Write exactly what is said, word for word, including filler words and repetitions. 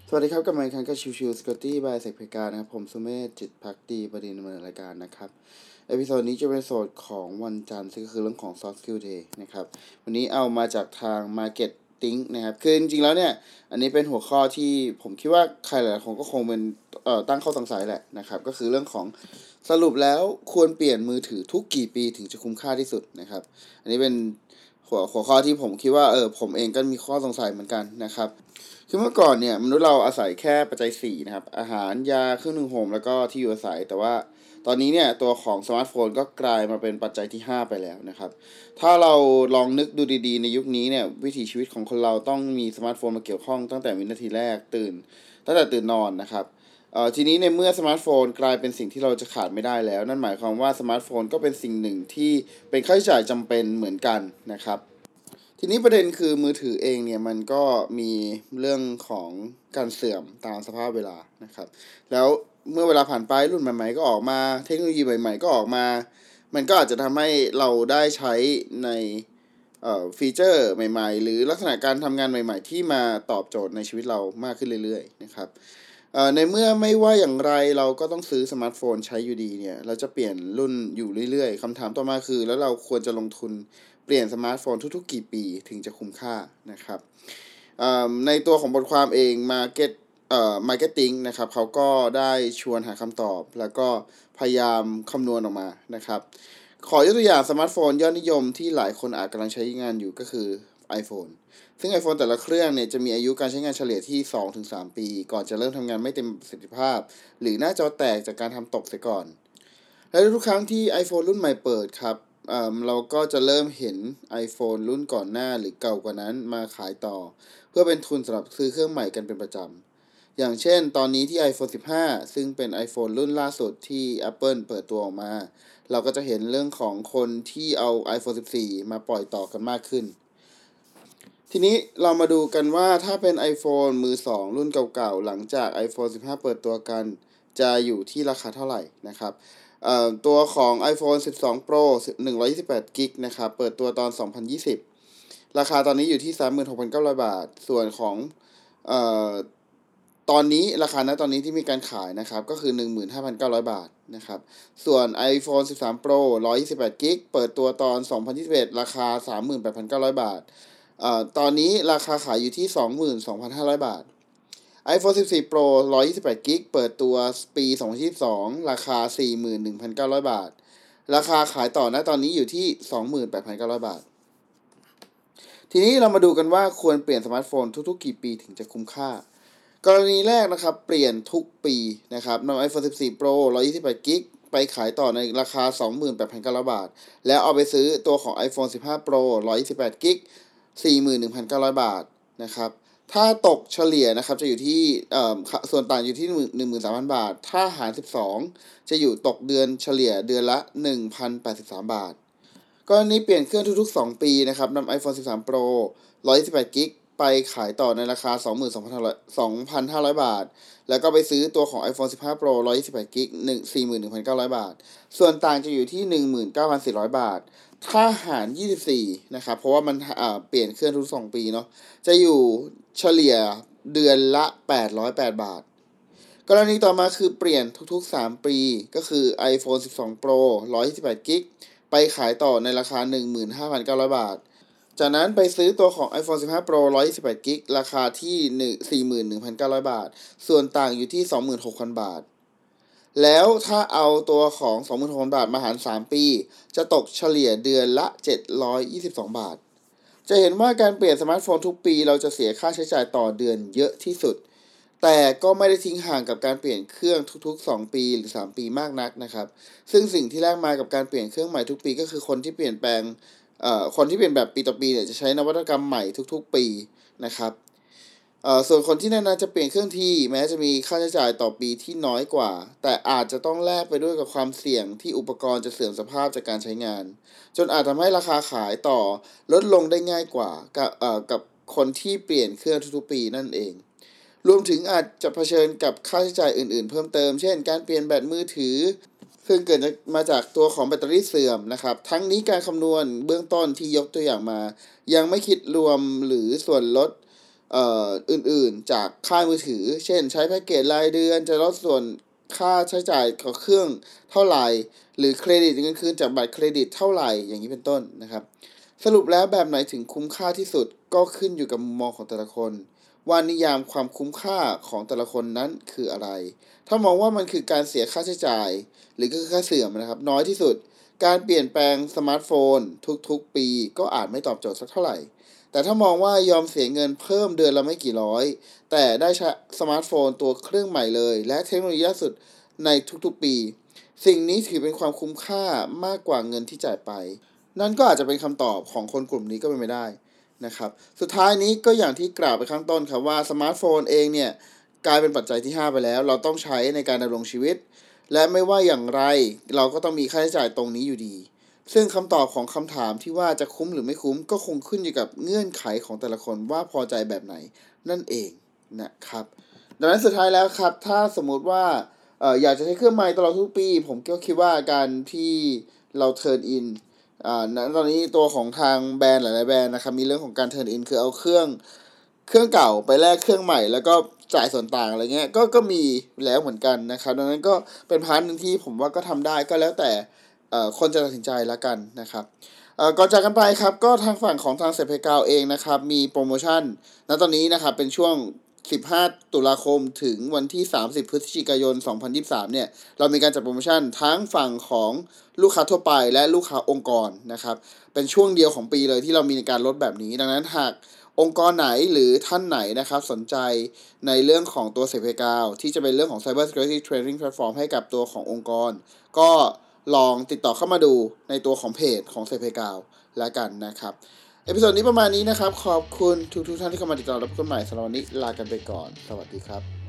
สวัสดีครับกับมาอีกครั้งก็ชิวชิวสกอตตี้บายเซกเพกานะครับผมสุเมธจิตภักดีประเด็นดำเนินรายการนะครับเอพิโซดนี้จะเป็นโซดของวันจันทร์ซึ่งก็คือเรื่องของ Soft Skill Day นะครับวันนี้เอามาจากทาง Marketing นะครับคือจริงๆแล้วเนี่ยอันนี้เป็นหัวข้อที่ผมคิดว่าใครหลายคนก็คงเป็นเอ่อตั้งข้อสงสัยแหละนะครับก็คือเรื่องของสรุปแล้วควรเปลี่ยนมือถือทุกกี่ปีถึงจะคุ้มค่าที่สุดนะครับอันนี้เป็นหัวหัวข้อที่ผมคิดว่าเออผมเองก็มีข้อสงสัยเหมือนกันนะครับคือเมื่อก่อนเนี่ยมนุษย์เราอาศัยแค่ปัจจัยสี่นะครับอาหารยาเครื่องนึ่งห่มแล้วก็ที่อยู่อาศัยแต่ว่าตอนนี้เนี่ยตัวของสมาร์ทโฟนก็กลายมาเป็นปัจจัยที่ห้าไปแล้วนะครับถ้าเราลองนึกดูดีๆในยุคนี้เนี่ยวิถีชีวิตของคนเราต้องมีสมาร์ทโฟนมาเกี่ยวข้องตั้งแต่วินาทีแรกตื่นตั้งแต่ตื่นนอนนะครับเอ่อทีนี้ในเมื่อสมาร์ทโฟนกลายเป็นสิ่งที่เราจะขาดไม่ได้แล้วนั่นหมายความว่าสมาร์ทโฟนก็เป็นสิ่งหนึ่งที่เป็นค่าใช้จ่ายจำเป็นเหมือนกันนะครับทีนี้ประเด็นคือมือถือเองเนี่ยมันก็มีเรื่องของการเสื่อมตามสภาพเวลานะครับแล้วเมื่อเวลาผ่านไปรุ่นใหม่ๆก็ออกมาเทคโนโลยีใหม่ๆก็ออกมามันก็อาจจะทำให้เราได้ใช้ในเอ่อฟีเจอร์ใหม่ๆหรือลักษณะการทำงานใหม่ๆที่มาตอบโจทย์ในชีวิตเรามากขึ้นเรื่อยๆนะครับเอ่อในเมื่อไม่ว่าอย่างไรเราก็ต้องซื้อสมาร์ทโฟนใช้อยู่ดีเนี่ยเราจะเปลี่ยนรุ่นอยู่เรื่อยๆคำถามต่อมาคือแล้วเราควรจะลงทุนเปลี่ยนสมาร์ทโฟนทุกๆกี่ปีถึงจะคุ้มค่านะครับในตัวของบทความเอง Market เอ่อ Marketing นะครับเขาก็ได้ชวนหาคำตอบแล้วก็พยายามคำนวณออกมานะครับขอยกตัวอย่างสมาร์ทโฟนยอดนิยมที่หลายคนอาจกำลังใช้งานอยู่ก็คือ iPhone ซึ่ง iPhone แต่ละเครื่องเนี่ยจะมีอายุการใช้งานเฉลี่ยที่ สองถึงสาม ปีก่อนจะเริ่มทำงานไม่เต็มประสิทธิภาพหรือหน้าจอแตกจากการทำตกเสียก่อนและทุกครั้งที่ iPhone รุ่นใหม่เปิดครับเอ่อเราก็จะเริ่มเห็น iPhone รุ่นก่อนหน้าหรือเก่ากว่านั้นมาขายต่อเพื่อเป็นทุนสำหรับซื้อเครื่องใหม่กันเป็นประจำอย่างเช่นตอนนี้ที่ iPhone สิบห้า ซึ่งเป็น iPhone รุ่นล่าสุดที่ Apple เปิดตัวออกมาเราก็จะเห็นเรื่องของคนที่เอา iPhone สิบสี่ มาปล่อยต่อกันมากขึ้นทีนี้เรามาดูกันว่าถ้าเป็น iPhone มือสองรุ่นเก่าๆหลังจาก iPhone สิบห้า เปิดตัวกันจะอยู่ที่ราคาเท่าไหร่นะครับเอ่อตัวของ iPhone สิบสอง Pro หนึ่งร้อยยี่สิบแปด กิกะไบต์นะครับเปิดตัวตอนสองพันยี่สิบราคาตอนนี้อยู่ที่ สามหมื่นหกพันเก้าร้อย บาทส่วนของเอ่อตอนนี้ราคาณตอนนี้ที่มีการขายนะครับก็คือ หนึ่งหมื่นห้าพันเก้าร้อย บาทนะครับส่วน iPhone สิบสาม Pro หนึ่งร้อยยี่สิบแปด กิกะไบต์เปิดตัวตอนสองพันยี่สิบเอ็ดราคา สามหมื่นแปดพันเก้าร้อย บาทเอ่อตอนนี้ราคาขายอยู่ที่ สองหมื่นสองพันห้าร้อย บาท iPhone สิบสี่ Pro หนึ่งร้อยยี่สิบแปด กิกะไบต์เปิดตัวปีสองพันยี่สิบสองราคา สี่หมื่นหนึ่งพันเก้าร้อย บาทราคาขายต่อณตอนนี้อยู่ที่ สองหมื่นแปดพันเก้าร้อย บาททีนี้เรามาดูกันว่าควรเปลี่ยนสมาร์ทโฟนทุกๆกี่ปีถึงจะคุ้มค่ากรณีแรกนะครับเปลี่ยนทุกปีนะครับนำ iPhone สิบสี่ Pro หนึ่งร้อยยี่สิบแปด กิกะไบต์ไปขายต่อในราคา สองหมื่นแปดพันเก้าร้อย บาทแล้วเอาไปซื้อตัวของ iPhone สิบห้า Pro หนึ่งร้อยยี่สิบแปด กิกะไบต์ สี่หมื่นหนึ่งพันเก้าร้อย บาทนะครับถ้าตกเฉลี่ยนะครับจะอยู่ที่เอ่อส่วนต่างอยู่ที่ หนึ่งหมื่นสามพัน บาทถ้าหารสิบสองจะอยู่ตกเดือนเฉลี่ยเดือนละ หนึ่งพันแปดสิบสาม บาทกรณีเปลี่ยนเครื่องทุกๆสองปีนะครับนำ iPhone สิบสาม Pro หนึ่งร้อยยี่สิบแปด กิกะไบต์ไปขายต่อในราคา สองหมื่นสองพันห้าร้อย บาทแล้วก็ไปซื้อตัวของ iPhone สิบห้า Pro หนึ่งร้อยยี่สิบแปด กิกะไบต์ สี่หมื่นหนึ่งพันเก้าร้อย บาทส่วนต่างจะอยู่ที่ หนึ่งหมื่นเก้าพันสี่ร้อย บาทถ้าหารยี่สิบสี่นะครับเพราะว่ามันอ่าเปลี่ยนเครื่องทุกสองปีเนาะจะอยู่เฉลี่ยเดือนละแปดร้อยแปดบาทกรณีต่อมาคือเปลี่ยนทุกๆสามปีก็คือ iPhone สิบสอง Pro หนึ่งร้อยยี่สิบแปด กิกะไบต์ไปขายต่อในราคา หนึ่งหมื่นห้าพันเก้าร้อย บาทจากนั้นไปซื้อตัวของ iPhone สิบห้า Pro หนึ่งร้อยยี่สิบแปด กิกะไบต์ราคาที่ สี่หมื่นหนึ่งพันเก้าร้อย บาทส่วนต่างอยู่ที่ สองหมื่นหกพัน บาทแล้วถ้าเอาตัวของ สองหมื่นหกพัน บาทมาหารสามปีจะตกเฉลี่ยเดือนละเจ็ดร้อยยี่สิบสองบาทจะเห็นว่าการเปลี่ยนสมาร์ทโฟนทุกปีเราจะเสียค่าใช้จ่ายต่อเดือนเยอะที่สุดแต่ก็ไม่ได้ทิ้งห่างกับการเปลี่ยนเครื่องทุกๆสองปีหรือสามปีมากนักนะครับซึ่งสิ่งที่แลกมากับการเปลี่ยนเครื่องใหม่ทุกปีก็คือคนที่เปลี่ยนแปลงเอ่อคนที่เปลี่ยนแบบปีต่อปีเนี่ยจะใช้นวัตกรรมใหม่ทุกๆปีนะครับเอ่อส่วนคนที่นานๆจะเปลี่ยนเครื่องที่แม้จะมีค่าใช้จ่ายต่อปีที่น้อยกว่าแต่อาจจะต้องแลกไปด้วยกับความเสี่ยงที่อุปกรณ์จะเสื่อมสภาพจากการใช้งานจนอาจทำให้ราคาขายต่อลดลงได้ง่ายกว่ากับเอ่อกับคนที่เปลี่ยนเครื่องทุกๆปีนั่นเองรวมถึงอาจจะเผชิญกับค่าใช้จ่ายอื่นๆเพิ่มเติมเช่นการเปลี่ยนแบตมือถือซึ่งเกิดมาจากตัวของแบตเตอรี่เสื่อมนะครับทั้งนี้การคำนวณเบื้องต้นที่ยกตัวอย่างมายังไม่คิดรวมหรือส่วนลดเอ่ออื่นๆจากค่ายมือถือเช่นใช้แพ็กเกจรายเดือนจะลดส่วนค่าใช้จ่ายของเครื่องเท่าไหร่หรือเครดิตเงินคืนจากบัตรเครดิตเท่าไหร่อย่างนี้เป็นต้นนะครับสรุปแล้วแบบไหนถึงคุ้มค่าที่สุดก็ขึ้นอยู่กับมุมมองของแต่ละคนว่านิยามความคุ้มค่าของแต่ละคนนั้นคืออะไรถ้ามองว่ามันคือการเสียค่าใช้จ่ายหรือก็คือค่าเสื่อมนะครับน้อยที่สุดการเปลี่ยนแปลงสมาร์ทโฟนทุกๆปีก็อาจไม่ตอบโจทย์สักเท่าไหร่แต่ถ้ามองว่ายอมเสียเงินเพิ่มเดือนละไม่กี่ร้อยแต่ได้ใช้สมาร์ทโฟนตัวเครื่องใหม่เลยและเทคโนโลยีล่าสุดในทุกๆปีสิ่งนี้ถือเป็นความคุ้มค่ามากกว่าเงินที่จ่ายไปนั่นก็อาจจะเป็นคำตอบของคนกลุ่มนี้ก็เป็นไปได้นะครับสุดท้ายนี้ก็อย่างที่กล่าวไปข้างต้นครับว่าสมาร์ทโฟนเองเนี่ยกลายเป็นปัจจัยที่ห้าไปแล้วเราต้องใช้ในการดำรงชีวิตและไม่ว่าอย่างไรเราก็ต้องมีค่าใช้จ่ายตรงนี้อยู่ดีซึ่งคำตอบของคำถามที่ว่าจะคุ้มหรือไม่คุ้มก็คงขึ้นอยู่กับเงื่อนไขของแต่ละคนว่าพอใจแบบไหนนั่นเองนะครับดังนั้นสุดท้ายแล้วครับถ้าสมมุติว่าเอ่ออยากจะใช้เครื่องใหม่ตลอดทุกปีผมก็คิดว่าการที่เรา turn in อ่าณตอนนี้ตัวของทางแบรนด์หลายๆแบรนด์นะครับมีเรื่องของการ turn in คือเอาเครื่องเครื่องเก่าไปแลกเครื่องใหม่แล้วก็จ่ายส่วนต่างอะไรเงี้ยก็ก็มีแล้วเหมือนกันนะครับดังนั้นก็เป็นพาร์ทนึงที่ผมว่าก็ทำได้ก็แล้วแต่เอ่อคนจะตัดสินใจแล้วกันนะครับเอ่อก่อนจากกันไปครับก็ทางฝั่งของทางเซเพกาวเองนะครับมีโปรโมชั่นณตอนนี้นะครับเป็นช่วงสิบห้าตุลาคมถึงวันที่สามสิบพฤศจิกายนสองพันยี่สิบสามเนี่ยเรามีการจัดโปรโมชั่นทั้งฝั่งของลูกค้าทั่วไปและลูกค้าองค์กรนะครับเป็นช่วงเดียวของปีเลยที่เรามีการลดแบบนี้ดังนั้นหากองค์กรไหนหรือท่านไหนนะครับสนใจในเรื่องของตัวเซเพกาวที่จะเป็นเรื่องของ Cyber Security Training Platform ให้กับตัวขององค์กรก็ลองติดต่อเข้ามาดูในตัวของเพจของเซเพกาวแล้วกันนะครับเอพิโซดนี้ประมาณนี้นะครับขอบคุณทุกทุกท่านที่เข้ามาติดตามรับชมใหม่สำหรับวันนี้ลากันไปก่อนสวัสดีครับ